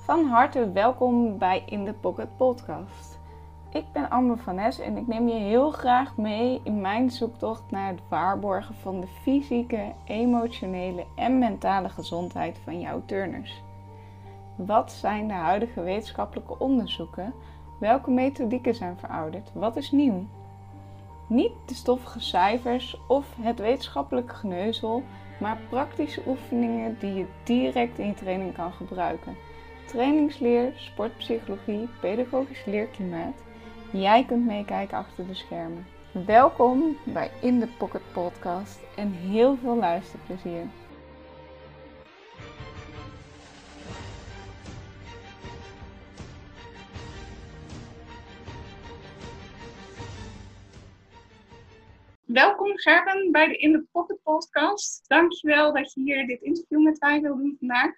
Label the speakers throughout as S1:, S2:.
S1: Van harte welkom bij In The Pocket podcast. Ik ben Amber van Nes en ik neem je heel graag mee in mijn zoektocht naar het waarborgen van de fysieke, emotionele en mentale gezondheid van jouw turners. Wat zijn de huidige wetenschappelijke onderzoeken? Welke methodieken zijn verouderd? Wat is nieuw? Niet de stoffige cijfers of het wetenschappelijke geneuzel, maar praktische oefeningen die je direct in je training kan gebruiken. Trainingsleer, sportpsychologie, pedagogisch leerklimaat. Jij kunt meekijken achter de schermen. Welkom bij In The Pocket podcast en heel veel luisterplezier. Welkom Gerben bij de In The Pocket podcast. Dankjewel dat je hier dit interview met mij wil doen vandaag.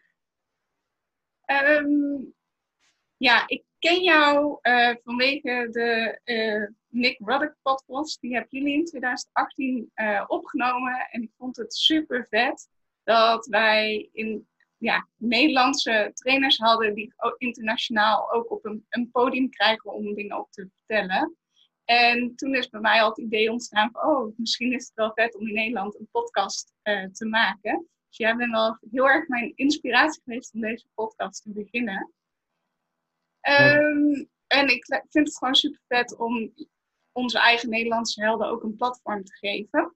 S1: Ik ken jou vanwege de Nick Ruddock podcast. Die hebben jullie in 2018 opgenomen. En ik vond het super vet dat wij Nederlandse trainers hadden die internationaal ook op een podium krijgen om dingen op te vertellen. En toen is bij mij al het idee ontstaan van, misschien is het wel vet om in Nederland een podcast te maken. Dus jij bent wel heel erg mijn inspiratie geweest om deze podcast te beginnen. En ik vind het gewoon super vet om onze eigen Nederlandse helden ook een platform te geven.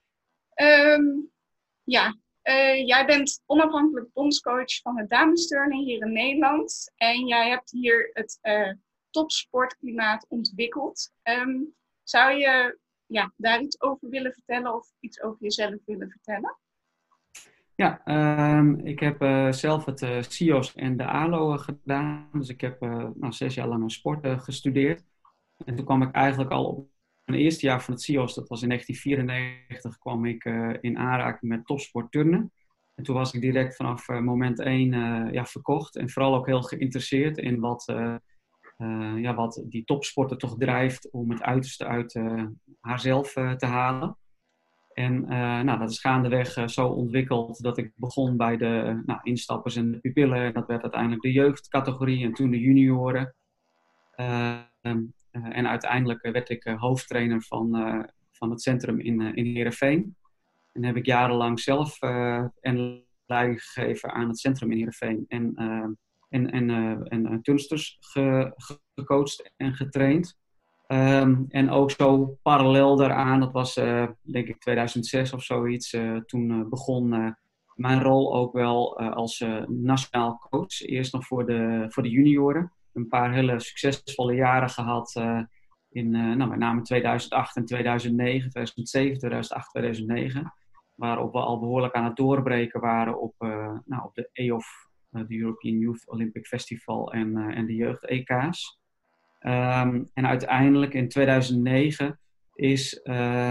S1: Jij bent onafhankelijk bondscoach van het damesturnen hier in Nederland. En jij hebt hier het topsportklimaat ontwikkeld. Zou je daar iets over willen vertellen of iets over jezelf willen vertellen?
S2: Ja, ik heb zelf het CIO's en de ALO gedaan. Dus ik heb 6 jaar lang sport gestudeerd. En toen kwam ik eigenlijk al op mijn eerste jaar van het CIO's, dat was in 1994, kwam ik in aanraking met topsport turnen. En toen was ik direct vanaf moment 1 verkocht. En vooral ook heel geïnteresseerd in wat die topsporter toch drijft om het uiterste uit haarzelf te halen. En dat is gaandeweg zo ontwikkeld dat ik begon bij de instappers en de pupillen. Dat werd uiteindelijk de jeugdcategorie en toen de junioren. En uiteindelijk werd ik hoofdtrainer van het centrum in Heerenveen. En heb ik jarenlang zelf leiding gegeven aan het centrum in Heerenveen. En turnsters gecoacht en getraind. En ook zo parallel daaraan, dat was denk ik 2006 of zoiets, toen begon mijn rol ook wel als nationaal coach. Eerst nog voor de junioren. Een paar hele succesvolle jaren gehad met name 2008 en 2009, 2007, 2008, 2009. Waarop we al behoorlijk aan het doorbreken waren op de EOF, de European Youth Olympic Festival en de jeugd-EK's. En uiteindelijk in 2009 is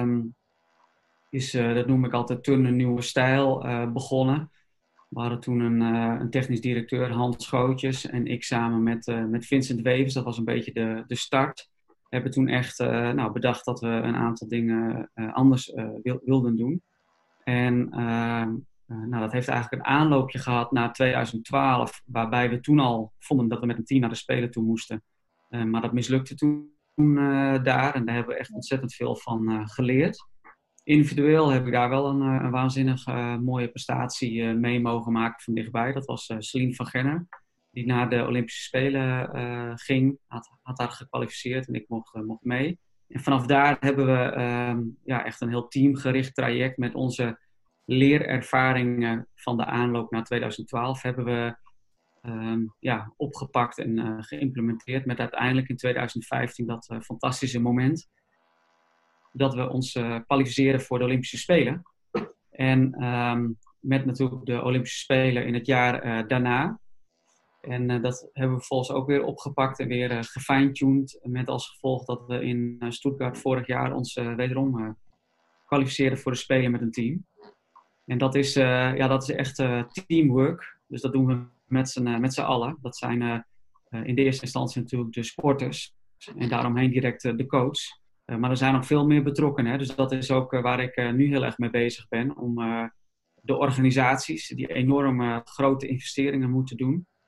S2: dat noem ik altijd turnen nieuwe stijl, begonnen. We hadden toen een technisch directeur, Hans Schootjes, en ik samen met Vincent Wevers, dat was een beetje de start. We hebben toen echt bedacht dat we een aantal dingen anders wilden doen. En dat heeft eigenlijk een aanloopje gehad naar 2012, waarbij we toen al vonden dat we met een team naar de Spelen toe moesten. Maar dat mislukte toen daar en daar hebben we echt ontzettend veel van geleerd. Individueel heb ik daar wel een waanzinnig mooie prestatie mee mogen maken van dichtbij. Dat was Celine van Genner, die naar de Olympische Spelen ging. Had daar gekwalificeerd en ik mocht mee. En vanaf daar hebben we echt een heel teamgericht traject met onze leerervaringen van de aanloop naar 2012 hebben we opgepakt en geïmplementeerd met uiteindelijk in 2015 dat fantastische moment dat we ons kwalificeren voor de Olympische Spelen. En met natuurlijk de Olympische Spelen in het jaar daarna. En dat hebben we vervolgens ook weer opgepakt en weer gefine-tuned met als gevolg dat we in Stuttgart vorig jaar ons wederom kwalificeerden voor de Spelen met een team. En dat is echt teamwork. Dus dat doen we met z'n allen. Dat zijn in de eerste instantie natuurlijk de sporters. En daaromheen direct de coach. Maar er zijn nog veel meer betrokkenen. Dus dat is ook waar ik nu heel erg mee bezig ben. Om de organisaties die enorme grote investeringen moeten doen.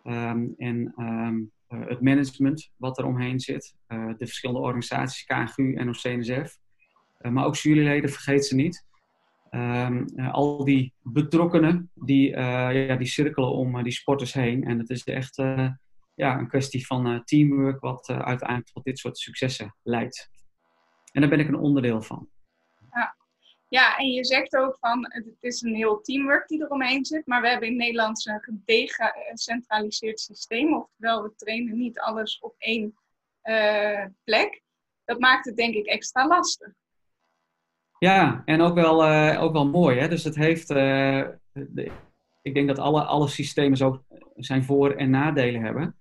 S2: Het management wat er omheen zit. De verschillende organisaties, KNGU, NOC, NSF. Maar ook juryleden, vergeet ze niet. Al die betrokkenen die cirkelen om die sporters heen. En het is echt een kwestie van teamwork wat uiteindelijk tot dit soort successen leidt. En daar ben ik een onderdeel van.
S3: Ja, en je zegt ook van het is een heel teamwork die eromheen zit. Maar we hebben in Nederland een gedecentraliseerd systeem. Oftewel, we trainen niet alles op één plek. Dat maakt het denk ik extra lastig.
S2: Ja, en ook wel mooi. Hè? Dus het heeft... ik denk dat alle systemen zo zijn voor- en nadelen hebben.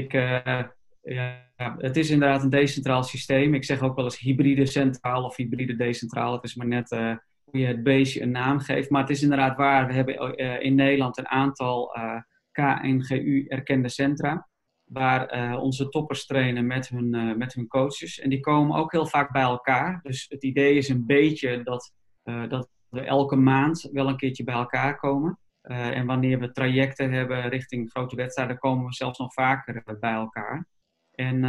S2: Het is inderdaad een decentraal systeem. Ik zeg ook wel eens hybride centraal of hybride decentraal. Het is maar net hoe je het beestje een naam geeft. Maar het is inderdaad waar. We hebben in Nederland een aantal KNGU-erkende centra. Waar onze toppers trainen met hun coaches. En die komen ook heel vaak bij elkaar. Dus het idee is een beetje dat we elke maand wel een keertje bij elkaar komen. En wanneer we trajecten hebben richting grote wedstrijden, komen we zelfs nog vaker bij elkaar. En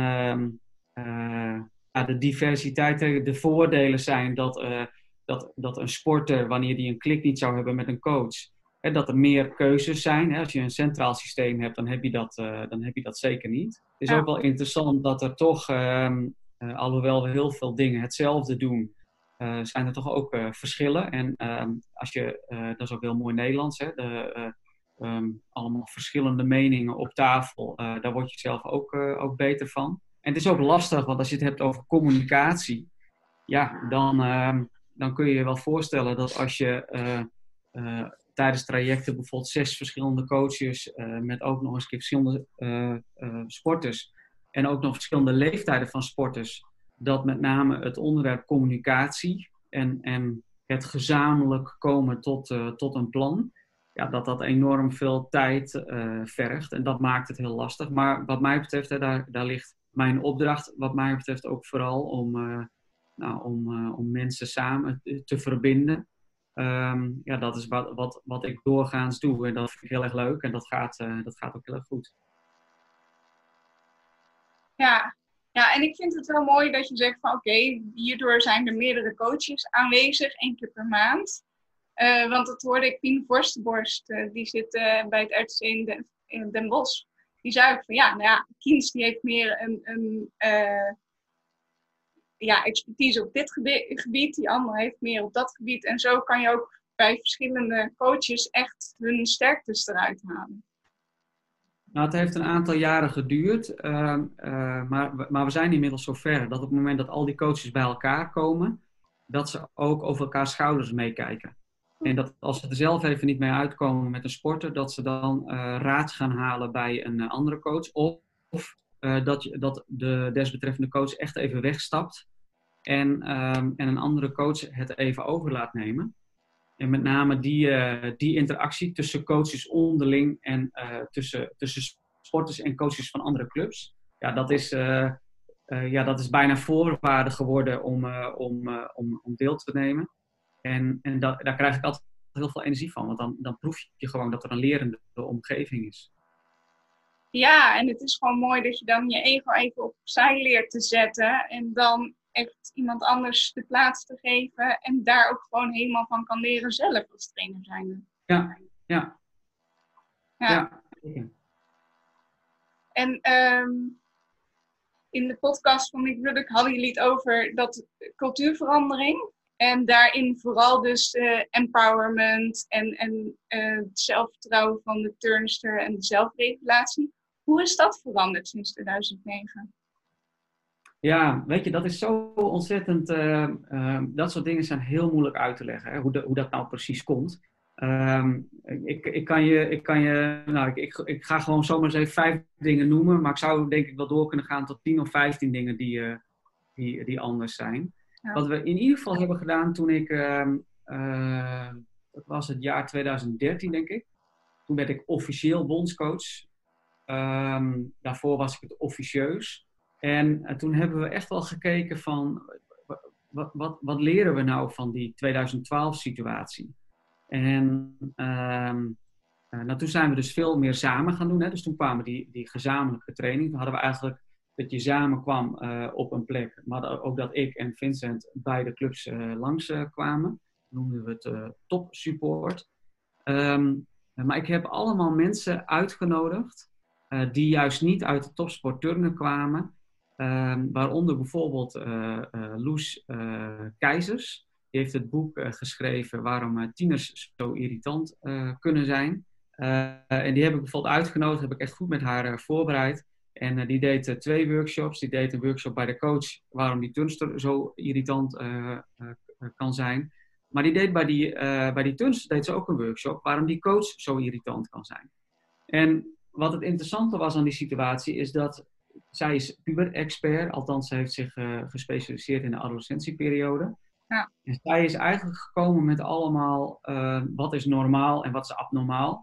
S2: de diversiteit, de voordelen zijn dat een sporter, wanneer die een klik niet zou hebben met een coach, dat er meer keuzes zijn. Als je een centraal systeem hebt, dan heb je dat zeker niet. Het is ook wel interessant dat er toch, alhoewel we heel veel dingen hetzelfde doen, zijn er toch ook verschillen. En dat is ook heel mooi Nederlands, allemaal verschillende meningen op tafel. Daar word je zelf ook beter van. En het is ook lastig, want als je het hebt over communicatie, dan kun je je wel voorstellen dat als je tijdens trajecten bijvoorbeeld 6 verschillende coaches met ook nog eens verschillende sporters en ook nog verschillende leeftijden van sporters, dat met name het onderwerp communicatie en het gezamenlijk komen tot een plan, dat enorm veel tijd vergt. En dat maakt het heel lastig. Maar wat mij betreft, daar ligt mijn opdracht, wat mij betreft ook vooral om mensen samen te verbinden. Dat is wat ik doorgaans doe. En dat vind ik heel erg leuk. En dat gaat ook heel erg goed.
S3: Ja, en ik vind het wel mooi dat je zegt van oké, hierdoor zijn er meerdere coaches aanwezig, 1 keer per maand. Want dat hoorde ik, Pien Vorstenborst, die zit bij het RTC in Den Bosch. Die zei ook van Kiens die heeft meer een expertise op dit gebied, die andere heeft meer op dat gebied. En zo kan je ook bij verschillende coaches echt hun sterktes eruit halen.
S2: Nou, het heeft een aantal jaren geduurd, maar we zijn inmiddels zover dat op het moment dat al die coaches bij elkaar komen, dat ze ook over elkaars schouders meekijken. En dat als ze er zelf even niet mee uitkomen met een sporter, dat ze dan raad gaan halen bij een andere coach. Of dat de desbetreffende coach echt even wegstapt en een andere coach het even over laat nemen. En met name die interactie tussen coaches onderling en tussen sporters en coaches van andere clubs. Dat is bijna voorwaarde geworden om deel te nemen. En daar krijg ik altijd heel veel energie van. Want dan proef je gewoon dat er een lerende omgeving is.
S3: Ja, en het is gewoon mooi dat je dan je ego even opzij leert te zetten. En dan echt iemand anders de plaats te geven. En daar ook gewoon helemaal van kan leren zelf als trainer zijnde.
S2: Ja.
S3: En in de podcast van Mick Ruddock hadden jullie het over dat cultuurverandering. En daarin vooral dus empowerment en het zelfvertrouwen van de turnster en de zelfregulatie. Hoe is dat veranderd sinds 2009?
S2: Ja, weet je, dat is zo ontzettend... dat soort dingen zijn heel moeilijk uit te leggen, hè, hoe dat nou precies komt. Ik ga gewoon zomaar eens even 5 dingen noemen, maar ik zou denk ik wel door kunnen gaan tot 10 of 15 dingen die anders zijn. Ja. Wat we in ieder geval hebben gedaan toen ik, dat was het jaar 2013 denk ik, toen werd ik officieel bondscoach. Daarvoor was ik het officieus. En toen hebben we echt wel gekeken van, wat leren we nou van die 2012 situatie? En Toen zijn we dus veel meer samen gaan doen. Hè? Dus toen kwamen die gezamenlijke training. Toen hadden we eigenlijk dat je samen kwam op een plek. Maar ook dat ik en Vincent bij de clubs langs kwamen. Dat noemden we het topsupport. Maar ik heb allemaal mensen uitgenodigd die juist niet uit de topsport turnen kwamen. Waaronder bijvoorbeeld Loes Keizers. Die heeft het boek geschreven waarom tieners zo irritant kunnen zijn. En die heb ik bijvoorbeeld uitgenodigd. Heb ik echt goed met haar voorbereid. En die deed 2 workshops. Die deed een workshop bij de coach waarom die turnster zo irritant kan zijn. Maar die deed bij die turnster deed ze ook een workshop waarom die coach zo irritant kan zijn. En wat het interessante was aan die situatie is dat zij is puber-expert. Althans, ze heeft zich gespecialiseerd in de adolescentieperiode.
S3: Ja.
S2: En zij is eigenlijk gekomen met allemaal wat is normaal en wat is abnormaal.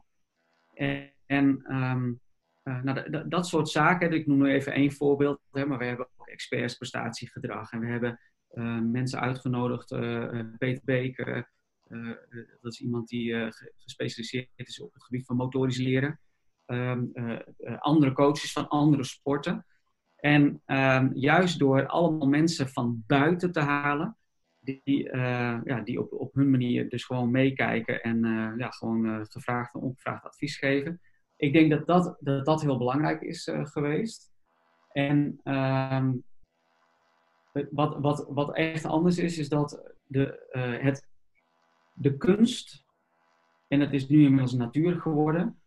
S2: Dat soort zaken, ik noem nu even 1 voorbeeld, hè, maar we hebben ook experts prestatiegedrag. En we hebben mensen uitgenodigd, Peter Beek, dat is iemand die gespecialiseerd is op het gebied van motorisch leren. Andere coaches van andere sporten. En juist door allemaal mensen van buiten te halen, die op hun manier dus gewoon meekijken en gewoon gevraagd en ongevraagd advies geven. Ik denk dat heel belangrijk is geweest. En wat echt anders is dat de kunst, en het is nu inmiddels natuur geworden,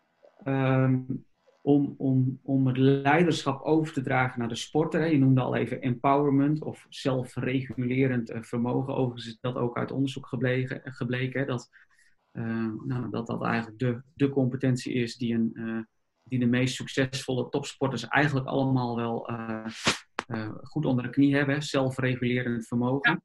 S2: om het leiderschap over te dragen naar de sporter. Hè. Je noemde al even empowerment of zelfregulerend vermogen. Overigens is dat ook uit onderzoek gebleken hè, dat eigenlijk de competentie is die de meest succesvolle topsporters eigenlijk allemaal wel goed onder de knie hebben. Hè. Zelfregulerend vermogen.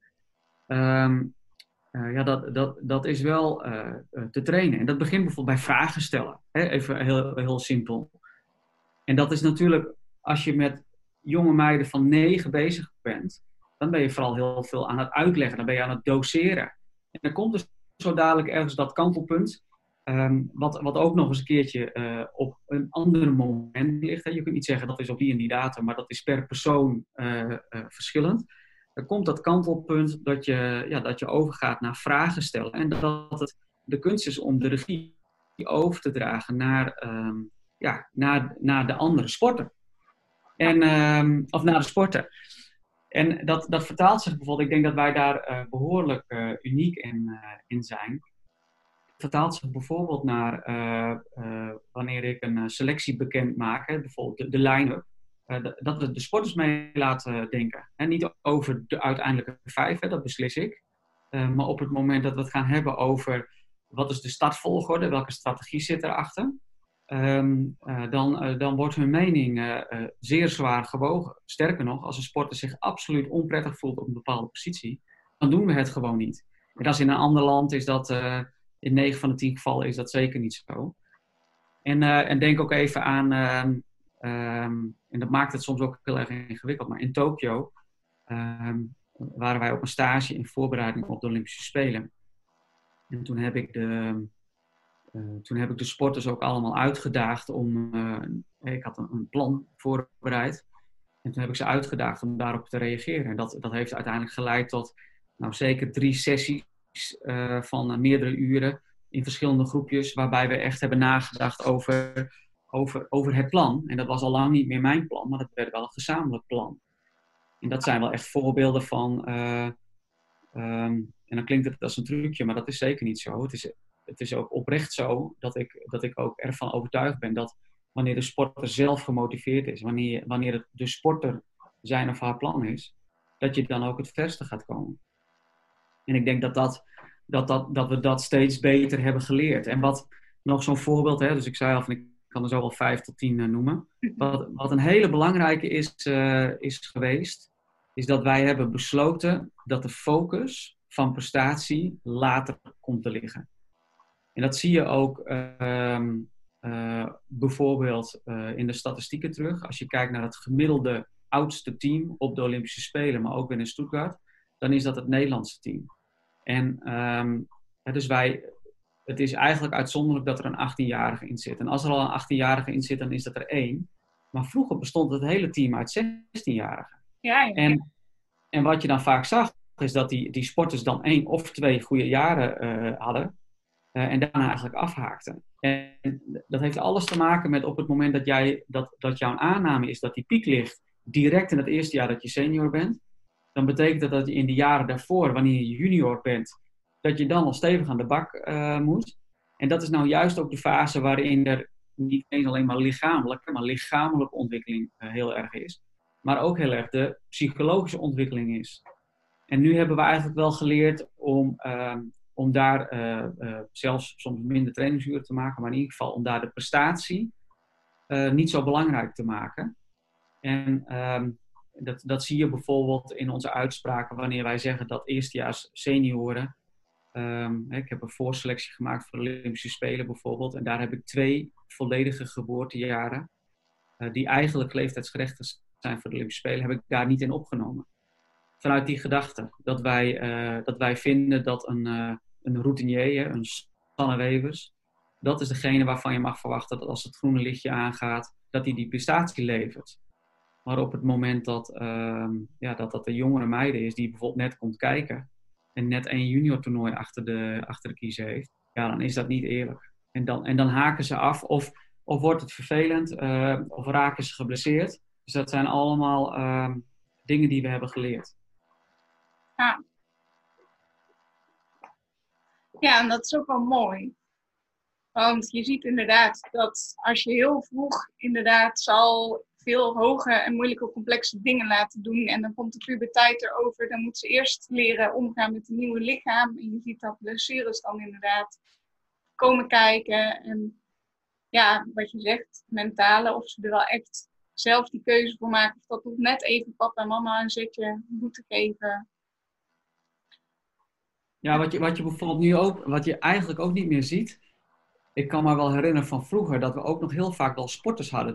S2: Dat is wel te trainen. En dat begint bijvoorbeeld bij vragen stellen. Hè? Even heel simpel. En dat is natuurlijk, als je met jonge meiden van 9 bezig bent, dan ben je vooral heel veel aan het uitleggen. Dan ben je aan het doseren. En dan komt er zo dadelijk ergens dat kantelpunt, wat ook nog eens een keertje op een ander moment ligt. Hè? Je kunt niet zeggen dat is op die en die datum, maar dat is per persoon verschillend. Dan komt dat kantelpunt dat je overgaat naar vragen stellen. En dat het de kunst is om de regie over te dragen naar de andere sporter. Of naar de sporter. En dat vertaalt zich bijvoorbeeld, ik denk dat wij daar behoorlijk uniek in zijn. Het vertaalt zich bijvoorbeeld naar wanneer ik een selectie bekend maak, hè, bijvoorbeeld de line-up. Dat we de sporters mee laten denken. En niet over de uiteindelijke 5, hè, dat beslis ik. Maar op het moment dat we het gaan hebben over wat is de startvolgorde, welke strategie zit erachter, dan wordt hun mening zeer zwaar gewogen. Sterker nog, als een sporter zich absoluut onprettig voelt op een bepaalde positie, dan doen we het gewoon niet. En als in een ander land is dat, in 9 van de 10 gevallen is dat zeker niet zo. En denk ook even aan, en dat maakt het soms ook heel erg ingewikkeld, maar in Tokio waren wij op een stage in voorbereiding op de Olympische Spelen. En toen heb ik de sporters ook allemaal uitgedaagd om... ik had een plan voorbereid. En toen heb ik ze uitgedaagd om daarop te reageren. En dat heeft uiteindelijk geleid tot zeker 3 sessies van meerdere uren in verschillende groepjes, waarbij we echt hebben nagedacht over het plan. En dat was al lang niet meer mijn plan, maar dat werd wel een gezamenlijk plan. En dat zijn wel echt voorbeelden van... en dan klinkt het als een trucje, maar dat is zeker niet zo. Het is ook oprecht zo dat ik ook ervan overtuigd ben dat wanneer de sporter zelf gemotiveerd is, wanneer het de sporter zijn of haar plan is, dat je dan ook het verste gaat komen. En ik denk dat we dat steeds beter hebben geleerd. En wat nog zo'n voorbeeld, hè, dus ik zei al van ik kan er zo wel 5 tot 10 noemen. Wat een hele belangrijke is geweest, is dat wij hebben besloten dat de focus van prestatie later komt te liggen. En dat zie je ook bijvoorbeeld in de statistieken terug. Als je kijkt naar het gemiddelde oudste team op de Olympische Spelen, maar ook weer in Stuttgart, dan is dat het Nederlandse team. En dus het is eigenlijk uitzonderlijk dat er een 18-jarige in zit. En als er al een 18-jarige in zit, dan is dat er 1. Maar vroeger bestond het hele team uit 16-jarigen.
S3: Ja.
S2: En wat je dan vaak zag, is dat die sporters dan 1 of 2 goede jaren hadden. En daarna eigenlijk afhaakten. En dat heeft alles te maken met op het moment dat jouw aanname is dat die piek ligt direct in het eerste jaar dat je senior bent. Dan betekent dat je in de jaren daarvoor, wanneer je junior bent, dat je dan al stevig aan de bak moet. En dat is nou juist ook de fase waarin er niet eens alleen maar lichamelijke ontwikkeling heel erg is. Maar ook heel erg de psychologische ontwikkeling is. En nu hebben we eigenlijk wel geleerd om daar zelfs soms minder trainingsuren te maken. Maar in ieder geval om daar de prestatie niet zo belangrijk te maken. En dat zie je bijvoorbeeld in onze uitspraken wanneer wij zeggen dat eerstejaars senioren. Ik heb een voorselectie gemaakt voor de Olympische Spelen bijvoorbeeld. En daar heb ik 2 volledige geboortejaren. Die eigenlijk leeftijdsgerechtigd zijn voor de Olympische Spelen, heb ik daar niet in opgenomen. Vanuit die gedachte dat wij vinden dat een routinier, een Sanne Wevers, dat is degene waarvan je mag verwachten dat als het groene lichtje aangaat, dat hij die prestatie levert. Maar op het moment dat de jongere meiden is die bijvoorbeeld net komt kijken en net 1 junior toernooi achter de kiezen heeft, ja, dan is dat niet eerlijk. En dan haken ze af of wordt het vervelend of raken ze geblesseerd. Dus dat zijn allemaal dingen die we hebben geleerd.
S3: Ja, en dat is ook wel mooi. Want je ziet inderdaad dat als je heel vroeg inderdaad zal veel hoge en moeilijke complexe dingen laten doen en dan komt de puberteit erover, dan moet ze eerst leren omgaan met een nieuw lichaam. En je ziet dat blessures dan inderdaad komen kijken. En ja, wat je zegt, mentale, of ze er wel echt zelf die keuze voor maken. Of dat nog net even papa en mama een zetje moeten geven.
S2: Ja, wat je bijvoorbeeld nu ook, wat je eigenlijk ook niet meer ziet. Ik kan me wel herinneren van vroeger dat we ook nog heel vaak wel sporters hadden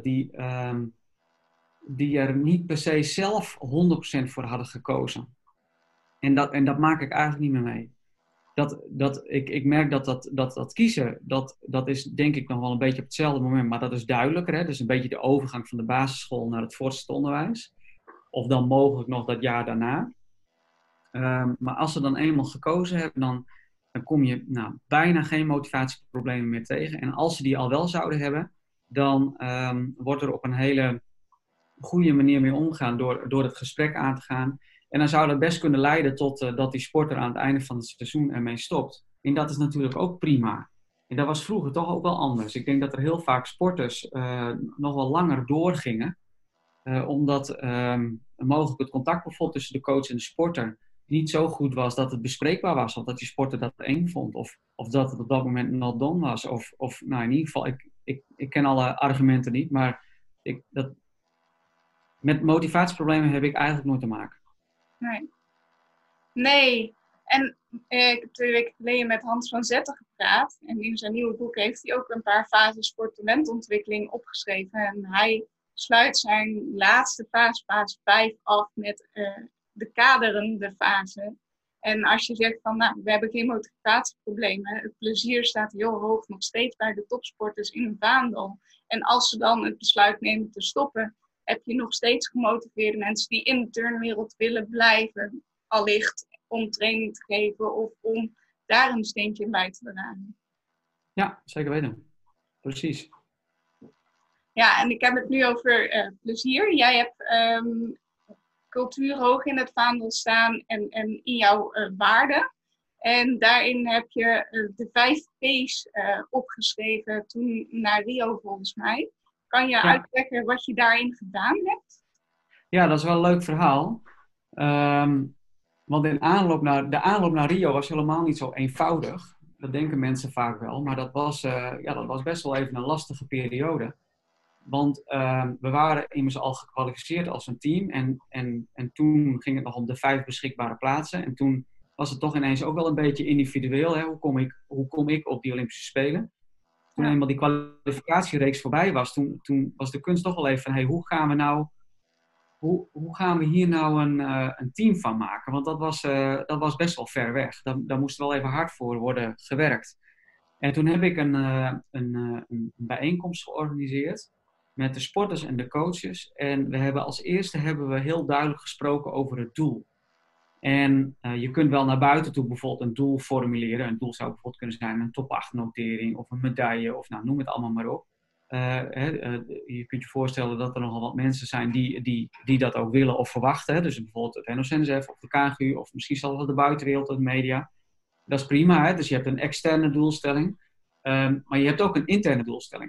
S2: die er niet per se zelf 100% voor hadden gekozen. En dat maak ik eigenlijk niet meer mee. Ik merk dat kiezen, dat is denk ik nog wel een beetje op hetzelfde moment, maar dat is duidelijker. Hè? Dus een beetje de overgang van de basisschool naar het voortgezet onderwijs. Of dan mogelijk nog dat jaar daarna. Maar als ze dan eenmaal gekozen hebben, dan kom je bijna geen motivatieproblemen meer tegen. En als ze die al wel zouden hebben, dan wordt er op een hele goede manier mee omgaan door het gesprek aan te gaan. En dan zou dat best kunnen leiden tot dat die sporter aan het einde van het seizoen ermee stopt. En dat is natuurlijk ook prima. En dat was vroeger toch ook wel anders. Ik denk dat er heel vaak sporters nog wel langer doorgingen. Omdat mogelijk het contact bijvoorbeeld tussen de coach en de sporter niet zo goed was dat het bespreekbaar was. Of dat die sporter dat eng vond. Of dat het op dat moment not done was. Of in ieder geval, ik ken alle argumenten niet. Maar met motivatieproblemen heb ik eigenlijk nooit te maken.
S3: Nee. En ik heb 2 weken geleden met Hans van Zetten gepraat. En in zijn nieuwe boek heeft hij ook een paar fases sport-talentontwikkeling opgeschreven. En hij sluit zijn laatste fase 5, af met de kaderende fase. En als je zegt van, we hebben geen motivatieproblemen. Het plezier staat heel hoog nog steeds bij de topsporters in een vaandel. En als ze dan het besluit nemen te stoppen, heb je nog steeds gemotiveerde mensen die in de turnwereld willen blijven. Allicht om training te geven of om daar een steentje bij te dragen.
S2: Ja, zeker weten. Precies.
S3: Ja, en ik heb het nu over plezier. Jij hebt cultuur hoog in het vaandel staan en in jouw waarden. En daarin heb je de 5 P's opgeschreven toen naar Rio volgens mij. Kan je uitleggen wat je daarin gedaan hebt?
S2: Ja, dat is wel een leuk verhaal. Want de aanloop naar Rio was helemaal niet zo eenvoudig. Dat denken mensen vaak wel. Maar dat was best wel even een lastige periode. Want we waren immers al gekwalificeerd als een team. En toen ging het nog om de 5 beschikbare plaatsen. En toen was het toch ineens ook wel een beetje individueel. Hè? Hoe kom ik op die Olympische Spelen? Toen eenmaal die kwalificatiereeks voorbij was, toen was de kunst toch wel even van, hoe gaan we hier nou een team van maken? Want dat was best wel ver weg. Daar moest wel even hard voor worden gewerkt. En toen heb ik een bijeenkomst georganiseerd met de sporters en de coaches. En we hebben als eerste heel duidelijk gesproken over het doel. En je kunt wel naar buiten toe bijvoorbeeld een doel formuleren. Een doel zou bijvoorbeeld kunnen zijn een top 8 notering of een medaille of nou, noem het allemaal maar op. Je kunt je voorstellen dat er nogal wat mensen zijn die dat ook willen of verwachten. Hè? Dus bijvoorbeeld het NOC-NSF of de KNGU of misschien zelfs wel de buitenwereld of de media. Dat is prima, hè? Dus je hebt een externe doelstelling. Maar je hebt ook een interne doelstelling.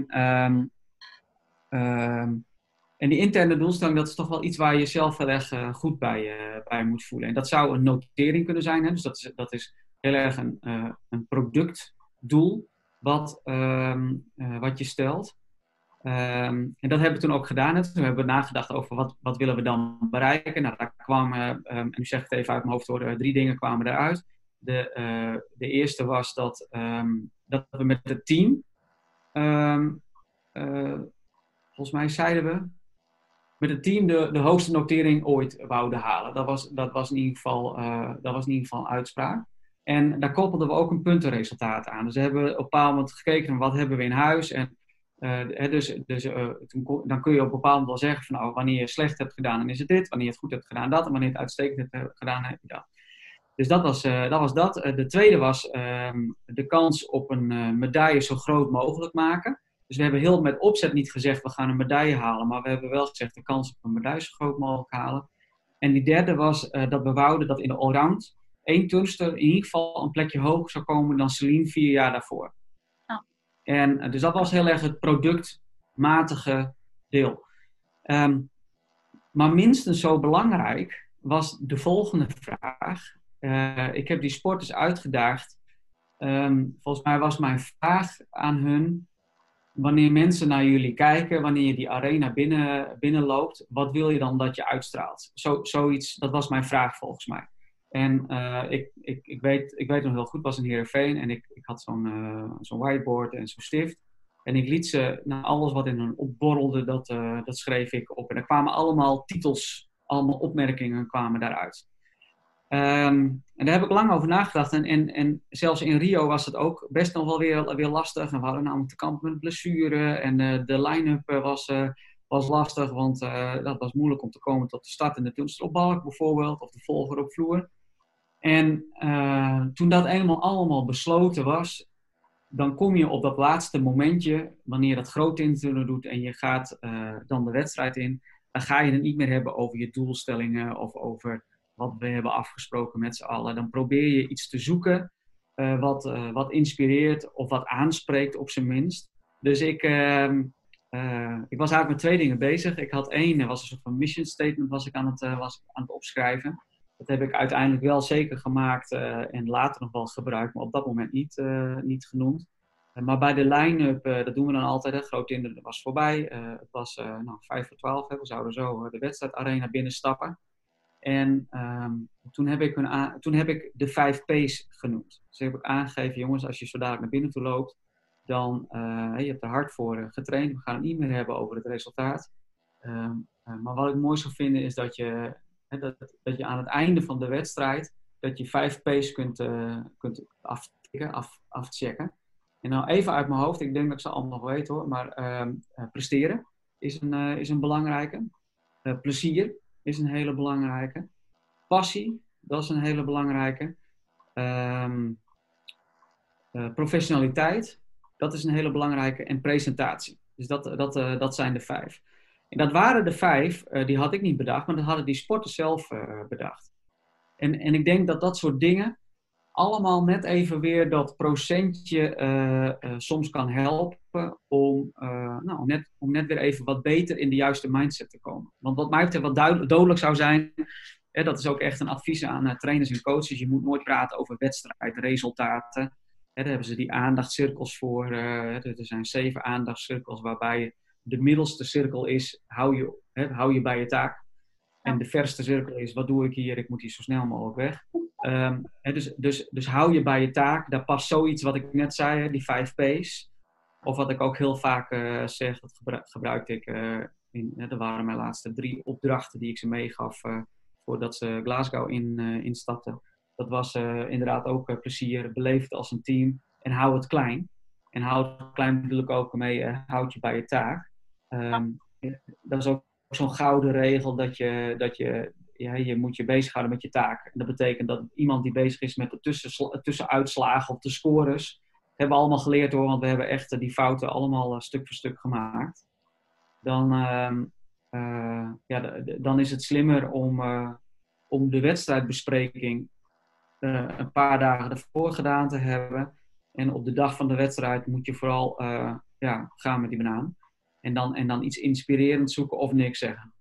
S2: En die interne doelstelling, dat is toch wel iets waar je jezelf heel erg goed bij moet voelen. En dat zou een notering kunnen zijn. Hè? Dus dat is heel erg een productdoel wat je stelt. En dat hebben we toen ook gedaan. Hè? Toen hebben we nagedacht over wat willen we dan bereiken. Nou, daar kwamen, en nu zeg ik het even uit mijn hoofd hoor, 3 dingen kwamen eruit. De eerste was dat we met het team, volgens mij zeiden we, met het team de hoogste notering ooit wouden halen. Dat was in ieder geval een uitspraak. En daar koppelden we ook een puntenresultaat aan. Dus we hebben op een bepaald moment gekeken naar wat hebben we in huis. En dan kun je op een bepaald moment wel zeggen van nou, wanneer je slecht hebt gedaan, dan is het dit. Wanneer je het goed hebt gedaan, dat. En wanneer je het uitstekend hebt gedaan, heb je dat. Dus dat was dat. De tweede was de kans op een medaille zo groot mogelijk maken. Dus we hebben heel met opzet niet gezegd we gaan een medaille halen. Maar we hebben wel gezegd de kans op een medaille zo groot mogelijk halen. En die derde was dat we wouden dat in de allround 1 turnster in ieder geval een plekje hoger zou komen dan Celine 4 jaar daarvoor.
S3: Oh.
S2: En dus dat was heel erg het productmatige deel. Maar minstens zo belangrijk was de volgende vraag. Ik heb die sporters uitgedaagd. Volgens mij was mijn vraag aan hun: wanneer mensen naar jullie kijken, wanneer je die arena binnenloopt, wat wil je dan dat je uitstraalt? Zoiets, dat was mijn vraag volgens mij. En ik weet nog heel goed, ik was in Heerenveen en ik had zo'n whiteboard en zo'n stift. En ik liet ze, alles wat in hun opborrelde, dat schreef ik op. En er kwamen allemaal titels, allemaal opmerkingen kwamen daaruit. En daar heb ik lang over nagedacht. En zelfs in Rio was het ook best nog wel weer lastig. En we hadden namelijk te kampen met blessuren. En de line-up was lastig, want dat was moeilijk om te komen tot de start in de turnster op balk bijvoorbeeld. Of de volger op vloer. En toen dat allemaal besloten was, dan kom je op dat laatste momentje, wanneer je dat groot inturnen doet en je gaat dan de wedstrijd in, dan ga je het niet meer hebben over je doelstellingen of over wat we hebben afgesproken met z'n allen. Dan probeer je iets te zoeken wat inspireert of wat aanspreekt op zijn minst. Dus ik was eigenlijk met 2 dingen bezig. Ik had 1, was een soort van mission statement was ik aan het opschrijven. Dat heb ik uiteindelijk wel zeker gemaakt en later nog wel gebruikt, maar op dat moment niet genoemd. Maar bij de line-up, dat doen we dan altijd, groot in, dat was voorbij. Het was 11:55, we zouden zo de wedstrijdarena binnenstappen. En toen heb ik de 5 P's genoemd. Dus heb ik aangegeven, jongens, als je zo dadelijk naar binnen toe loopt, dan je hebt er hard voor getraind. We gaan het niet meer hebben over het resultaat. Maar wat ik mooi zou vinden is dat je aan het einde van de wedstrijd, dat je 5 P's kunt afchecken. En nou even uit mijn hoofd, ik denk dat ik ze allemaal nog weet hoor, maar presteren is een belangrijke. Plezier is een hele belangrijke. Passie, dat is een hele belangrijke. Professionaliteit, dat is een hele belangrijke. En presentatie. Dus dat zijn de 5. En dat waren de 5, die had ik niet bedacht, maar dat hadden die sporters zelf bedacht. En ik denk dat soort dingen allemaal net even weer dat procentje soms kan helpen om net weer even wat beter in de juiste mindset te komen. Want wat mij betreft wat dodelijk zou zijn, dat is ook echt een advies aan trainers en coaches. Je moet nooit praten over wedstrijdresultaten. Daar hebben ze die aandachtscirkels voor. Er zijn 7 aandachtscirkels waarbij de middelste cirkel is, hou je bij je taak. En de verste cirkel is, wat doe ik hier? Ik moet hier zo snel mogelijk weg. Dus hou je bij je taak. Daar past zoiets wat ik net zei, die 5 P's. Of wat ik ook heel vaak zeg, dat gebruikte ik. Dat waren mijn laatste 3 opdrachten die ik ze meegaf voordat ze Glasgow instapten. Dat was inderdaad ook plezier, beleefd als een team. En hou het klein. En hou het klein natuurlijk ook mee, houd je bij je taak. Dat is ook zo'n gouden regel je moet je bezighouden met je taak. En dat betekent dat iemand die bezig is met de tussenuitslagen of de scores, hebben we allemaal geleerd hoor, want we hebben echt die fouten allemaal stuk voor stuk gemaakt. Dan is het slimmer om de wedstrijdbespreking een paar dagen ervoor gedaan te hebben. En op de dag van de wedstrijd moet je vooral gaan met die banaan. En dan iets inspirerends zoeken of niks zeggen.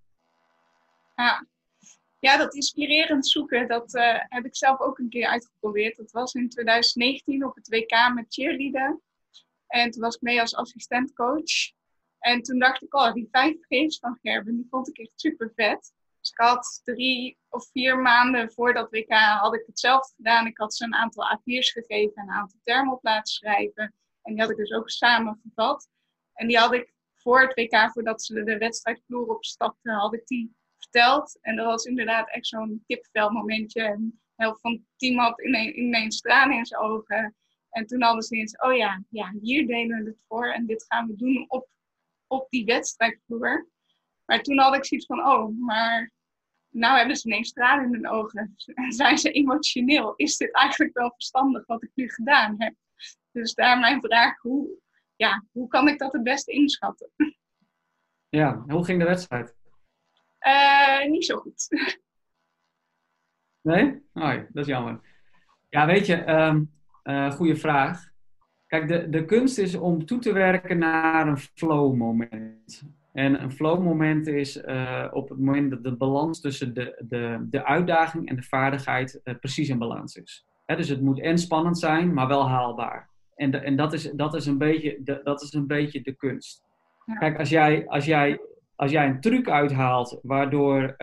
S3: Ja, dat inspirerend zoeken, dat heb ik zelf ook een keer uitgeprobeerd. Dat was in 2019 op het WK met cheerleaden. En toen was ik mee als assistentcoach. En toen dacht ik, die 5 G's van Gerben, die vond ik echt super vet. Dus ik had 3 of 4 maanden voor dat WK had ik hetzelfde gedaan. Ik had ze een aantal A4's gegeven en een aantal termen op laten schrijven. En die had ik dus ook samengevat. En die had ik voor het WK, voordat ze de wedstrijdvloer opstapten, had ik die verteld. En dat was inderdaad echt zo'n kipvelmomentje. En de helft van het team had ineens tranen in zijn ogen. En toen hadden ze eens, hier deden we het voor. En dit gaan we doen op die wedstrijdvloer. Maar toen had ik zoiets van, maar nou hebben ze ineens tranen in hun ogen. En zijn ze emotioneel? Is dit eigenlijk wel verstandig wat ik nu gedaan heb? Dus daar mijn vraag, hoe kan ik dat het beste inschatten?
S2: Ja, hoe ging de wedstrijd?
S3: Niet zo goed.
S2: Nee? Dat is jammer. Ja, weet je, goede vraag. Kijk, de kunst is om toe te werken naar een flow moment. En een flow moment is op het moment dat de balans tussen de uitdaging en de vaardigheid precies in balans is. Dus het moet en spannend zijn, maar wel haalbaar. En dat is een beetje de kunst. Ja. Kijk, als jij een truc uithaalt waardoor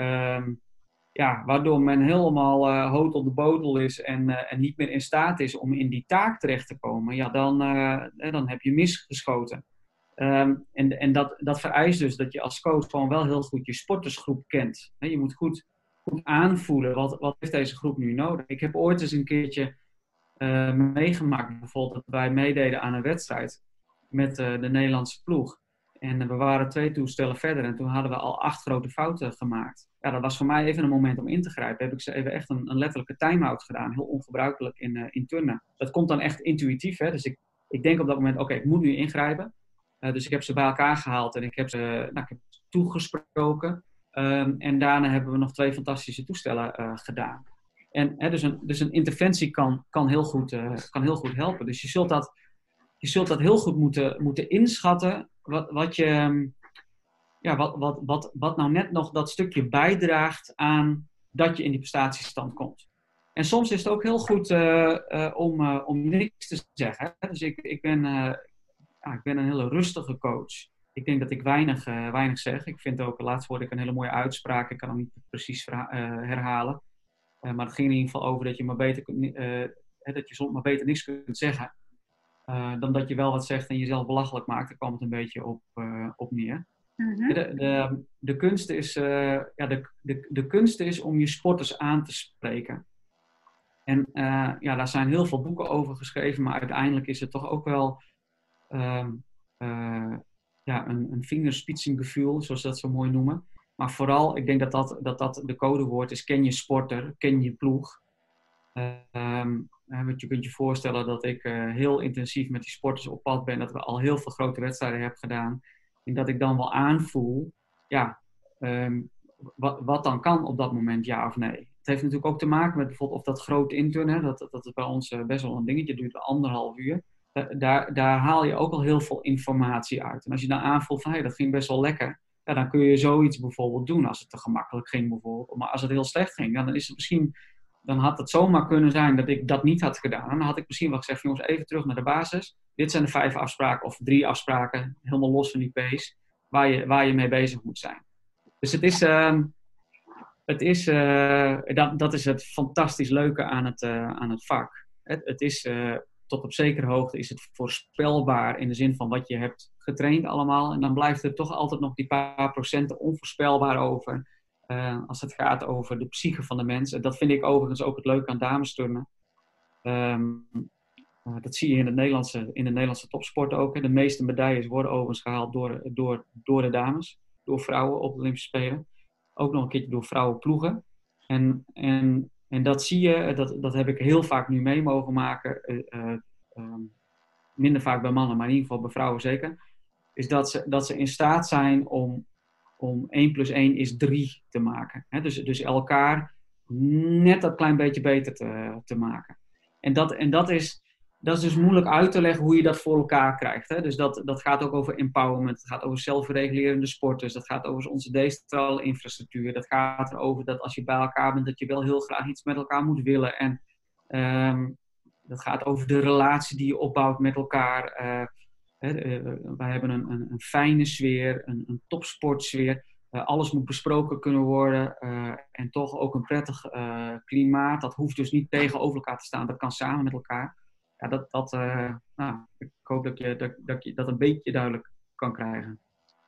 S2: men helemaal hout op de botel is en niet meer in staat is om in die taak terecht te komen, dan heb je misgeschoten. En dat vereist dus dat je als coach gewoon wel heel goed je sportersgroep kent. Je moet goed aanvoelen, wat heeft deze groep nu nodig? Ik heb ooit eens een keertje meegemaakt, bijvoorbeeld dat wij meededen aan een wedstrijd met de Nederlandse ploeg. En we waren 2 toestellen verder en toen hadden we al 8 grote fouten gemaakt. Ja, dat was voor mij even een moment om in te grijpen. Heb ik ze even echt een letterlijke time-out gedaan. Heel ongebruikelijk in turnen. Dat komt dan echt intuïtief. Hè? Dus ik denk op dat moment, ik moet nu ingrijpen. Dus ik heb ze bij elkaar gehaald en ik heb ze toegesproken. En daarna hebben we nog 2 fantastische toestellen gedaan. En dus een interventie kan heel goed helpen. Dus je zult dat heel goed moeten inschatten. Wat nou net nog dat stukje bijdraagt aan dat je in die prestatiestand komt. En soms is het ook heel goed om niks te zeggen. Dus ik ben een hele rustige coach. Ik denk dat ik weinig zeg. Ik vind ook, laatst hoorde ik een hele mooie uitspraak. Ik kan hem niet precies herhalen. Maar het ging in ieder geval over dat je soms maar beter niks kunt zeggen. Dan dat je wel wat zegt en jezelf belachelijk maakt. Daar kwam het een beetje op neer. Mm-hmm. De kunst is om je sporters aan te spreken. En daar zijn heel veel boeken over geschreven, maar uiteindelijk is het toch ook wel een Fingerspitzengefühl, zoals ze dat zo mooi noemen. Maar vooral, ik denk dat de codewoord is: ken je sporter, ken je ploeg. Je kunt je voorstellen dat ik heel intensief met die sporters op pad ben, dat we al heel veel grote wedstrijden hebben gedaan. En dat ik dan wel aanvoel, wat dan kan op dat moment, ja of nee. Het heeft natuurlijk ook te maken met bijvoorbeeld of dat groot inturnen, dat is bij ons best wel een dingetje, het duurt 1,5 uur. Daar haal je ook al heel veel informatie uit. En als je dan aanvoelt van, dat ging best wel lekker, dan kun je zoiets bijvoorbeeld doen als het te gemakkelijk ging bijvoorbeeld. Maar als het heel slecht ging, dan is het misschien... Dan had het zomaar kunnen zijn dat ik dat niet had gedaan. En dan had ik misschien wel gezegd, jongens, even terug naar de basis. Dit zijn de 5 afspraken of 3 afspraken, helemaal los van die pace, waar je mee bezig moet zijn. Dus dat is het fantastisch leuke aan het vak. Het is, tot op zekere hoogte is het voorspelbaar in de zin van wat je hebt getraind allemaal. En dan blijft er toch altijd nog die paar procenten onvoorspelbaar over. Als het gaat over de psyche van de mens. En dat vind ik overigens ook het leuke aan damesturnen. Dat zie je in de Nederlandse topsport ook. Hè. De meeste medailles worden overigens gehaald door de dames. Door vrouwen op de Olympische Spelen. Ook nog een keertje door vrouwenploegen. En dat zie je, dat heb ik heel vaak nu mee mogen maken. Minder vaak bij mannen, maar in ieder geval bij vrouwen zeker. Is dat ze in staat zijn om 1 + 1 is 3 te maken. Hè? Dus elkaar net dat klein beetje beter te maken. En dat is dus moeilijk uit te leggen hoe je dat voor elkaar krijgt. Hè? Dus dat gaat ook over empowerment. Het gaat over zelfregulerende sporters. Dat gaat over onze decentrale infrastructuur. Dat gaat erover dat als je bij elkaar bent, dat je wel heel graag iets met elkaar moet willen. En dat gaat over de relatie die je opbouwt met elkaar. Wij hebben een fijne sfeer, een topsportsfeer. Alles moet besproken kunnen worden. En toch ook een prettig klimaat. Dat hoeft dus niet tegenover elkaar te staan. Dat kan samen met elkaar. Ja, ik hoop dat je dat een beetje duidelijk kan krijgen.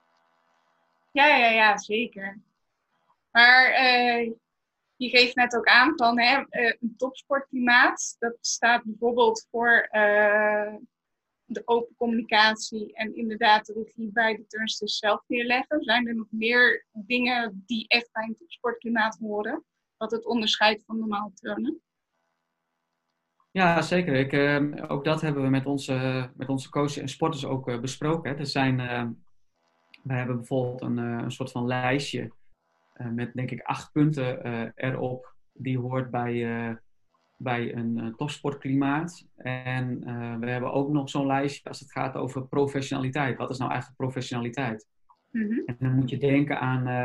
S3: Ja, zeker. Maar je geeft net ook aan van een topsportklimaat. Dat staat bijvoorbeeld voor de open communicatie en inderdaad de regie bij de turnsters zelf neerleggen. Zijn er nog meer dingen die echt bij een topsportklimaat horen? Wat het onderscheidt van normaal turnen?
S2: Ja, zeker. Ook dat hebben we met onze coaches en sporters ook besproken. Hè. We hebben bijvoorbeeld een soort van lijstje met denk ik 8 punten erop. Die hoort bij een topsportklimaat. En we hebben ook nog zo'n lijstje als het gaat over professionaliteit. Wat is nou eigenlijk professionaliteit? Mm-hmm. En dan moet je denken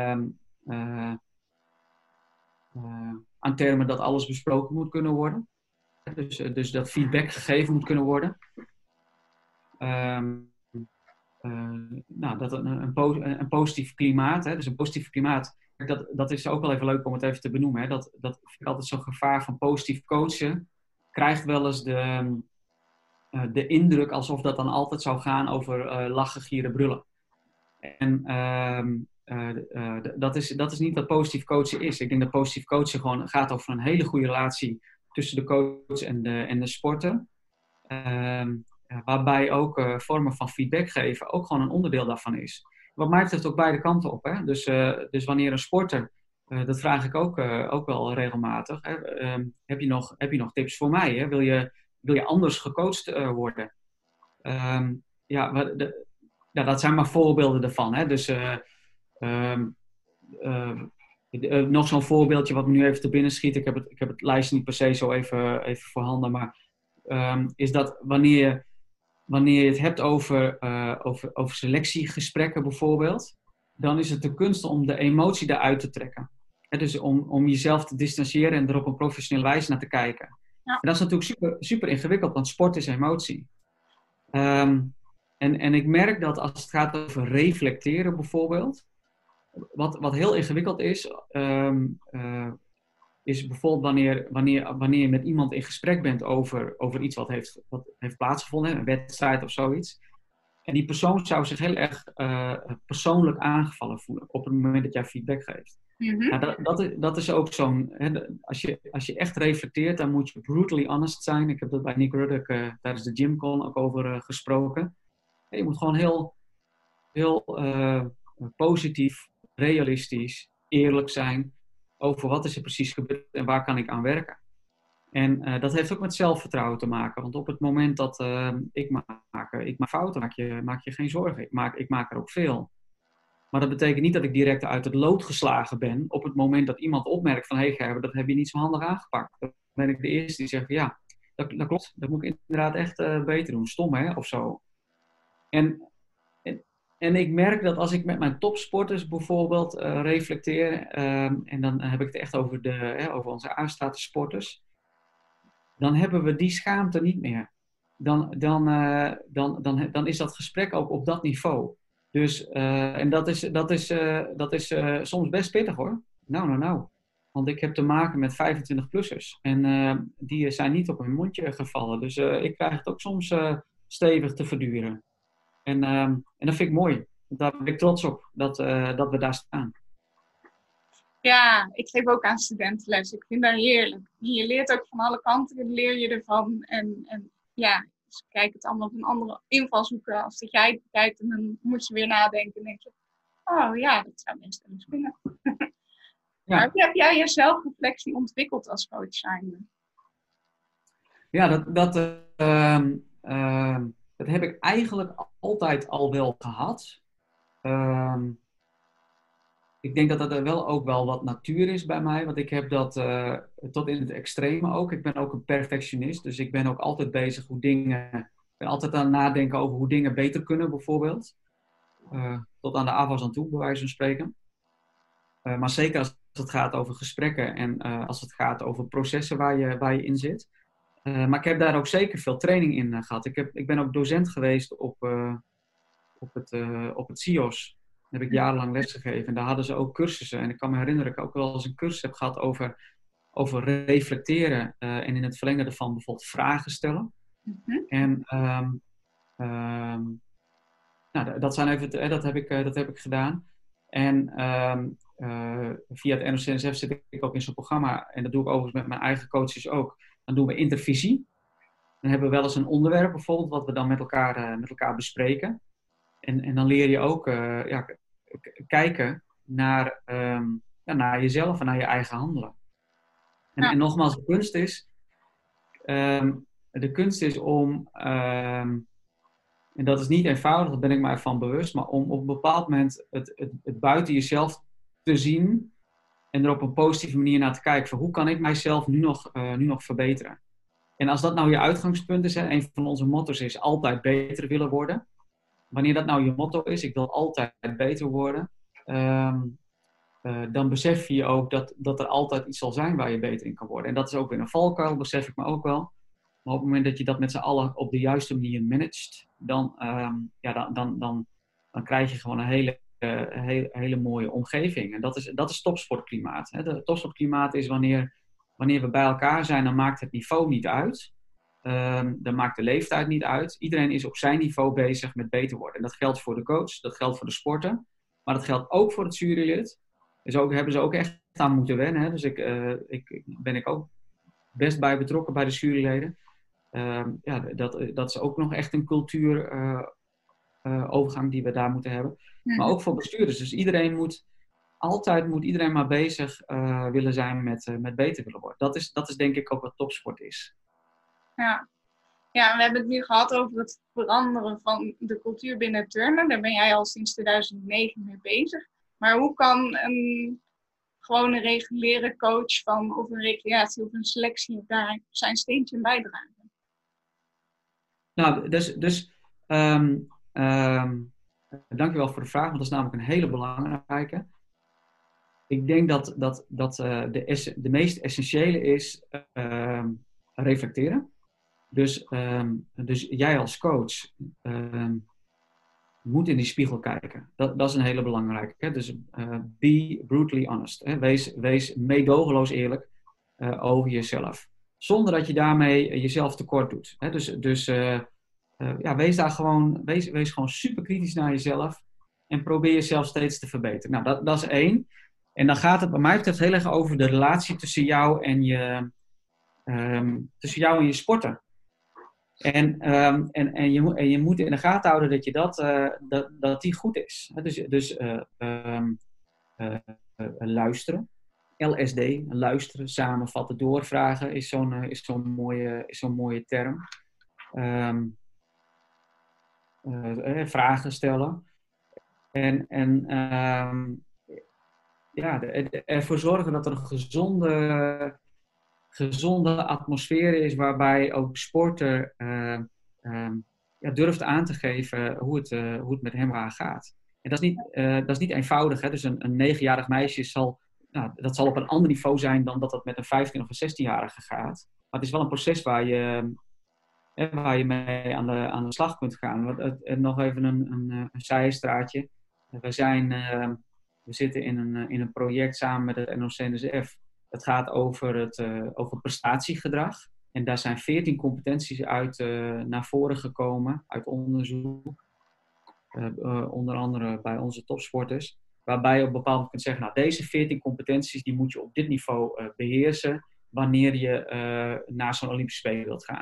S2: aan termen dat alles besproken moet kunnen worden. Dus dat feedback gegeven moet kunnen worden. Dat een positief klimaat. Hè, dus een positief klimaat, dat is ook wel even leuk om het even te benoemen. Hè. Dat vind ik altijd zo'n gevaar van positief coachen. Krijgt wel eens de indruk alsof dat dan altijd zou gaan over lachen, gieren, brullen. En dat is niet wat positief coachen is. Ik denk dat positief coachen gewoon gaat over een hele goede relatie tussen de coach en de sporter. Waarbij ook vormen van feedback geven ook gewoon een onderdeel daarvan is. Wat mij betreft ook beide kanten op. Hè? Dus wanneer een sporter, dat vraag ik ook wel regelmatig. Hè? Heb je nog tips voor mij? Hè? Wil je anders gecoacht worden? Dat zijn maar voorbeelden ervan. Hè? Dus nog zo'n voorbeeldje wat me nu even te binnen schiet. Ik heb het lijstje niet per se zo even voorhanden. Maar is dat wanneer je het hebt over selectiegesprekken bijvoorbeeld, dan is het de kunst om de emotie eruit te trekken. Dus om jezelf te distancieren en er op een professionele wijze naar te kijken. Ja. En dat is natuurlijk super, super ingewikkeld, want sport is emotie. En ik merk dat als het gaat over reflecteren bijvoorbeeld, wat heel ingewikkeld is bijvoorbeeld wanneer je met iemand in gesprek bent over iets wat heeft plaatsgevonden, een wedstrijd of zoiets. En die persoon zou zich heel erg persoonlijk aangevallen voelen op het moment dat jij feedback geeft. Mm-hmm. Nou, dat is ook zo'n... Als je echt reflecteert, dan moet je brutally honest zijn. Ik heb dat bij Nick Ruddock tijdens de GymCon ook over gesproken. Je moet gewoon heel positief, realistisch, eerlijk zijn over wat is er precies gebeurd en waar kan ik aan werken. En dat heeft ook met zelfvertrouwen te maken. Want op het moment dat ik maak fouten, maak je geen zorgen. Ik maak er ook veel. Maar dat betekent niet dat ik direct uit het lood geslagen ben op het moment dat iemand opmerkt van, hey Gerber, dat heb je niet zo handig aangepakt. Dan ben ik de eerste die zegt, ja, dat klopt. Dat moet ik inderdaad echt beter doen. Stom, hè? Of zo. En ik merk dat als ik met mijn topsporters bijvoorbeeld reflecteer, en dan heb ik het echt over onze A-status sporters, dan hebben we die schaamte niet meer. Dan is dat gesprek ook op dat niveau. Dus, en dat is soms best pittig hoor. Nou. Want ik heb te maken met 25-plussers. En die zijn niet op hun mondje gevallen. Dus ik krijg het ook soms stevig te verduren. En dat vind ik mooi. Daar ben ik trots op dat we daar staan.
S3: Ja, ik geef ook aan studentenles. Ik vind dat heerlijk. Je leert ook van alle kanten, leer je ervan. En dus kijk het allemaal op een andere invalshoek als dat jij het kijkt. En dan moet je weer nadenken en denk je, oh ja, dat zou best eens kunnen.
S2: Ja.
S3: Maar hoe heb jij je zelfreflectie ontwikkeld als coach zijnde?
S2: Ja, dat heb ik eigenlijk altijd al wel gehad. Ik denk dat er wel ook wel wat natuur is bij mij. Want ik heb dat tot in het extreme ook. Ik ben ook een perfectionist. Dus ik ben ook altijd bezig ik ben altijd aan het nadenken over hoe dingen beter kunnen bijvoorbeeld. Tot aan de afwas aan toe, bij wijze van spreken. Maar zeker als het gaat over gesprekken en als het gaat over processen waar je in zit. Maar ik heb daar ook zeker veel training in gehad. Ik ben ook docent geweest op het CIOS. Daar heb ik jarenlang lesgegeven. En daar hadden ze ook cursussen. En ik kan me herinneren dat ik ook wel eens een cursus heb gehad over reflecteren. En in het verlengde ervan bijvoorbeeld vragen stellen.
S3: Mm-hmm.
S2: En dat heb ik gedaan. En via het NOC-NSF zit ik ook in zo'n programma. En dat doe ik overigens met mijn eigen coaches ook. Dan doen we intervisie. Dan hebben we wel eens een onderwerp bijvoorbeeld, wat we dan met elkaar bespreken. En dan leer je ook kijken naar jezelf en naar je eigen handelen. En nogmaals, de kunst is om, en dat is niet eenvoudig, daar ben ik mij van bewust, maar om op een bepaald moment het buiten jezelf te zien en er op een positieve manier naar te kijken. Van hoe kan ik mijzelf nu nog verbeteren? En als dat nou je uitgangspunt is, een van onze motto's is altijd beter willen worden. Wanneer dat nou je motto is, ik wil altijd beter worden, dan besef je ook dat er altijd iets zal zijn waar je beter in kan worden. En dat is ook weer een valkuil, besef ik me ook wel. Maar op het moment dat je dat met z'n allen op de juiste manier managt, dan krijg je gewoon een hele mooie omgeving. En dat is topsportklimaat. Hè. De topsportklimaat is wanneer we bij elkaar zijn, dan maakt het niveau niet uit. Dan maakt de leeftijd niet uit. Iedereen is op zijn niveau bezig met beter worden. En dat geldt voor de coach, dat geldt voor de sporter. Maar dat geldt ook voor het jurylid. Dus hebben ze ook echt aan moeten wennen. Hè. Dus ben ik ook best bij betrokken bij de juryleden. Dat is ook nog echt een cultuurovergang die we daar moeten hebben. Mm-hmm. Maar ook voor bestuurders. Dus iedereen moet maar bezig willen zijn met beter willen worden. Dat is denk ik ook wat topsport is.
S3: Ja, we hebben het nu gehad over het veranderen van de cultuur binnen turnen. Daar ben jij al sinds 2009 mee bezig. Maar hoe kan een gewone reguliere coach of een recreatie of een selectie daar zijn steentje in bijdragen?
S2: Nou, dankjewel voor de vraag, want dat is namelijk een hele belangrijke. Ik denk dat de meest essentiële is reflecteren. Dus jij als coach moet in die spiegel kijken. Dat is een hele belangrijke. Hè? Dus be brutally honest. Hè? Wees meedogenloos eerlijk over jezelf. Zonder dat je daarmee jezelf tekort doet. Hè? Wees gewoon super kritisch naar jezelf. En probeer jezelf steeds te verbeteren. Nou, dat is 1. En dan gaat het bij mij betreft heel erg over de relatie tussen jou en je sporten. En je moet in de gaten houden dat dat die goed is. Dus luisteren. LSD, luisteren, samenvatten, doorvragen is zo'n mooie term. Vragen stellen. Ervoor zorgen dat er een gezonde atmosfeer is waarbij ook sporter durft aan te geven hoe het met hem gaat. En dat is niet eenvoudig. Hè? Dus een 9-jarig meisje zal op een ander niveau zijn dan dat met een 15- of een 16-jarige gaat. Maar het is wel een proces waar je mee aan de slag kunt gaan. Nog even een zijstraatje. We zitten in een project samen met het NOC-NSF. Het gaat over prestatiegedrag. En daar zijn 14 competenties naar voren gekomen uit onderzoek. Onder andere bij onze topsporters. Waarbij je op een bepaald moment kunt zeggen, nou, deze 14 competenties die moet je op dit niveau beheersen wanneer je naar zo'n Olympische Spelen wilt gaan.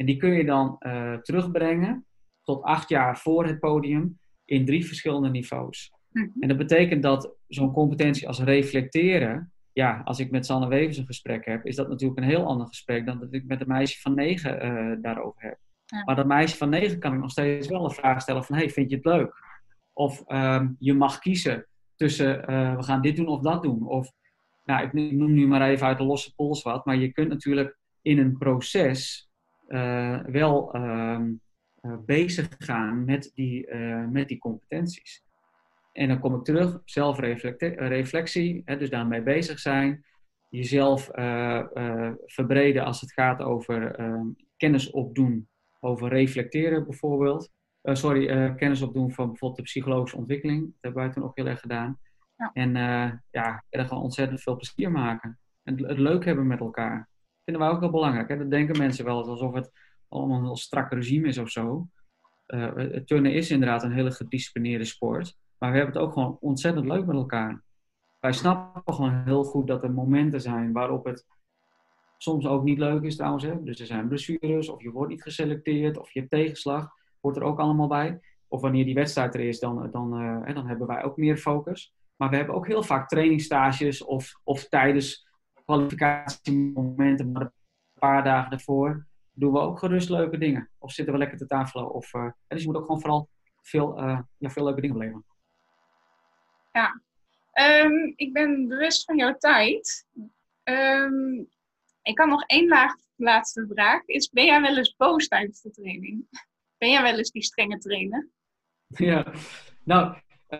S2: En die kun je dan terugbrengen tot 8 jaar voor het podium in 3 verschillende niveaus. En dat betekent dat zo'n competentie als reflecteren, ja, als ik met Sanne Wevers een gesprek heb, is dat natuurlijk een heel ander gesprek dan dat ik met een meisje van 9 daarover heb. Ja. Maar dat meisje van 9 kan ik nog steeds wel een vraag stellen van, hey, vind je het leuk? Of je mag kiezen tussen, we gaan dit doen of dat doen. Of, nou, ik noem nu maar even uit de losse pols wat, maar je kunt natuurlijk in een proces wel bezig gaan met die competenties. En dan kom ik terug, zelfreflectie, dus daarmee bezig zijn. Jezelf verbreden als het gaat over kennis opdoen, over reflecteren bijvoorbeeld. Kennis opdoen van bijvoorbeeld de psychologische ontwikkeling. Dat hebben wij toen ook heel erg gedaan. Ja. En er gewoon ontzettend veel plezier maken. En het leuk hebben met elkaar. Dat vinden wij ook heel belangrijk. Hè? Dat denken mensen wel alsof het allemaal een heel strak regime is of zo. Het turnen is inderdaad een hele gedisciplineerde sport. Maar we hebben het ook gewoon ontzettend leuk met elkaar. Wij snappen gewoon heel goed dat er momenten zijn waarop het soms ook niet leuk is trouwens. Hè? Dus er zijn blessures, of je wordt niet geselecteerd, of je hebt tegenslag. Hoort er ook allemaal bij. Of wanneer die wedstrijd er is, dan hebben wij ook meer focus. Maar we hebben ook heel vaak trainingsstages of tijdens kwalificatiemomenten, maar een paar dagen ervoor, doen we ook gerust leuke dingen. Of zitten we lekker te tafelen. Dus je moet ook gewoon vooral veel leuke dingen beleven.
S3: Ja, ik ben bewust van jouw tijd. Ik kan nog één laatste vraag. Ben jij wel eens boos tijdens de training? Ben jij wel eens die strenge trainer?
S2: Ja, nou,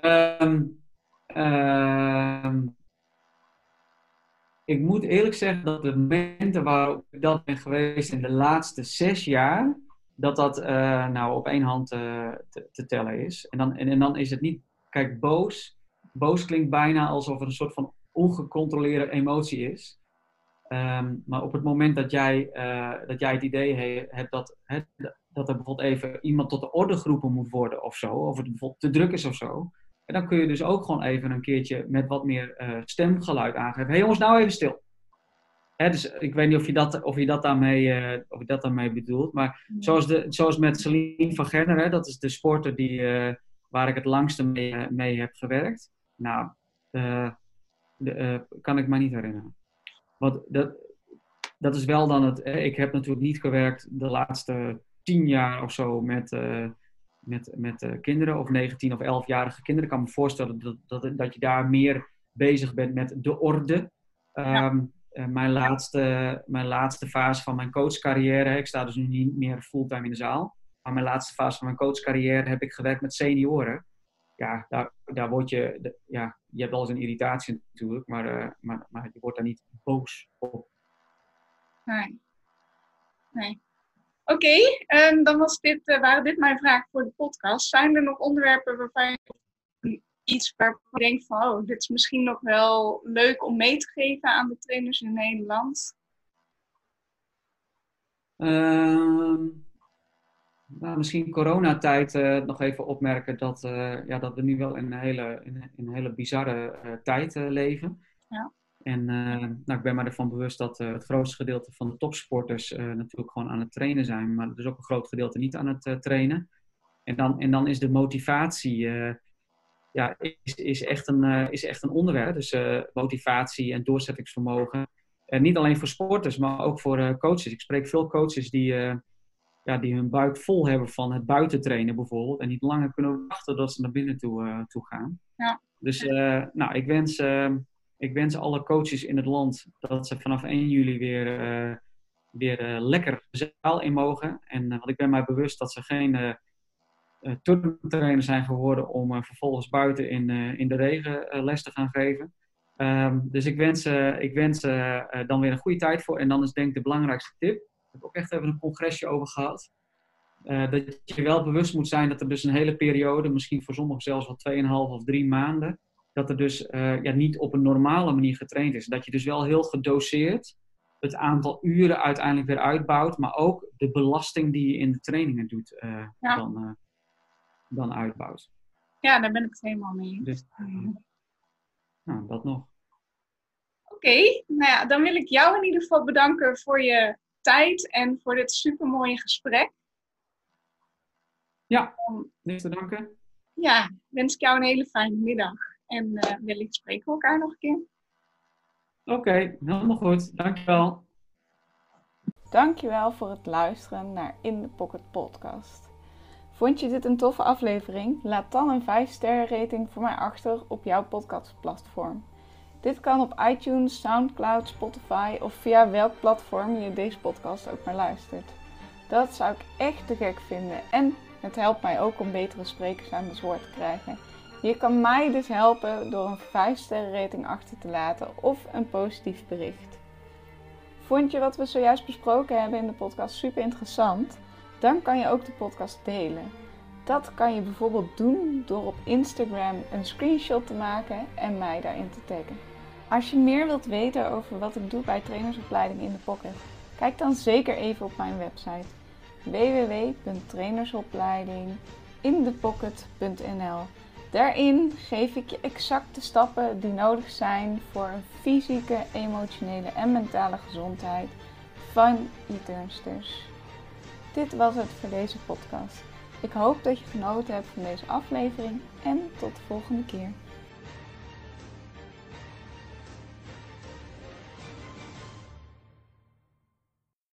S2: ik moet eerlijk zeggen dat de momenten waarop ik dat ben geweest in de laatste 6 jaar, dat op 1 hand te tellen is. En dan is het niet, kijk, boos. Boos klinkt bijna alsof het een soort van ongecontroleerde emotie is. Maar op het moment dat jij het idee hebt dat er bijvoorbeeld even iemand tot de orde geroepen moet worden of zo, of het bijvoorbeeld te druk is of zo, en dan kun je dus ook gewoon even een keertje met wat meer stemgeluid aangeven. Hé jongens, nou even stil. Dus ik weet niet of je dat daarmee bedoelt, maar zoals met Celine van Gerner, dat is de sporter waar ik het langste mee heb gewerkt. Nou, kan ik me niet herinneren. Want dat is wel dan het. Ik heb natuurlijk niet gewerkt de laatste 10 jaar of zo met kinderen, of 19 of 11-jarige kinderen. Ik kan me voorstellen dat je daar meer bezig bent met de orde. Ja. Mijn laatste fase van mijn coachcarrière, ik sta dus nu niet meer fulltime in de zaal, maar mijn laatste fase van mijn coachcarrière heb ik gewerkt met senioren. Ja, daar word je... je hebt wel eens een irritatie natuurlijk, maar je wordt daar niet boos op.
S3: Nee. Oké, dan waren dit mijn vragen voor de podcast. Zijn er nog onderwerpen waarvan je denkt van, dit is misschien nog wel leuk om mee te geven aan de trainers in Nederland?
S2: Misschien coronatijd nog even opmerken dat we nu wel in een hele bizarre tijd leven. Ja. En ik ben me ervan bewust dat het grootste gedeelte van de topsporters natuurlijk gewoon aan het trainen zijn. Maar er is ook een groot gedeelte niet aan het trainen. En dan is de motivatie is echt een onderwerp. Dus motivatie en doorzettingsvermogen. Niet alleen voor sporters, maar ook voor coaches. Ik spreek veel coaches die hun buik vol hebben van het buitentrainen bijvoorbeeld. En niet langer kunnen wachten tot ze naar binnen toe gaan. Ja. Dus ik wens alle coaches in het land dat ze vanaf 1 juli weer lekker de zaal in mogen. Want ik ben mij bewust dat ze geen turntrainer zijn geworden om vervolgens buiten in de regen les te gaan geven. Dus ik wens dan weer een goede tijd voor. En dan is denk ik de belangrijkste tip. Ik heb ook echt even een congresje over gehad. Dat je wel bewust moet zijn dat er dus een hele periode, misschien voor sommigen zelfs wel 2,5 of 3 maanden, dat er dus niet op een normale manier getraind is. Dat je dus wel heel gedoseerd het aantal uren uiteindelijk weer uitbouwt, maar ook de belasting die je in de trainingen doet dan uitbouwt.
S3: Ja, daar ben ik het helemaal mee eens.
S2: Dus, dat nog.
S3: Oké, dan wil ik jou in ieder geval bedanken voor je tijd en voor dit supermooie gesprek.
S2: Ja, niks te danken.
S3: Ja, wens ik jou een hele fijne middag. En wellicht spreken we elkaar nog een keer.
S2: Oké, helemaal goed. Dankjewel.
S1: Dankjewel voor het luisteren naar In The Pocket podcast. Vond je dit een toffe aflevering? Laat dan een 5-sterren rating voor mij achter op jouw podcastplatform. Dit kan op iTunes, Soundcloud, Spotify of via welk platform je deze podcast ook maar luistert. Dat zou ik echt te gek vinden en het helpt mij ook om betere sprekers aan het woord te krijgen. Je kan mij dus helpen door een 5-sterren rating achter te laten of een positief bericht. Vond je wat we zojuist besproken hebben in de podcast super interessant? Dan kan je ook de podcast delen. Dat kan je bijvoorbeeld doen door op Instagram een screenshot te maken en mij daarin te taggen. Als je meer wilt weten over wat ik doe bij trainersopleiding in the pocket, kijk dan zeker even op mijn website www.trainersopleidinginthepocket.nl. Daarin geef ik je exact de stappen die nodig zijn voor een fysieke, emotionele en mentale gezondheid van je turnsters. Dit was het voor deze podcast. Ik hoop dat je genoten hebt van deze aflevering en tot de volgende keer.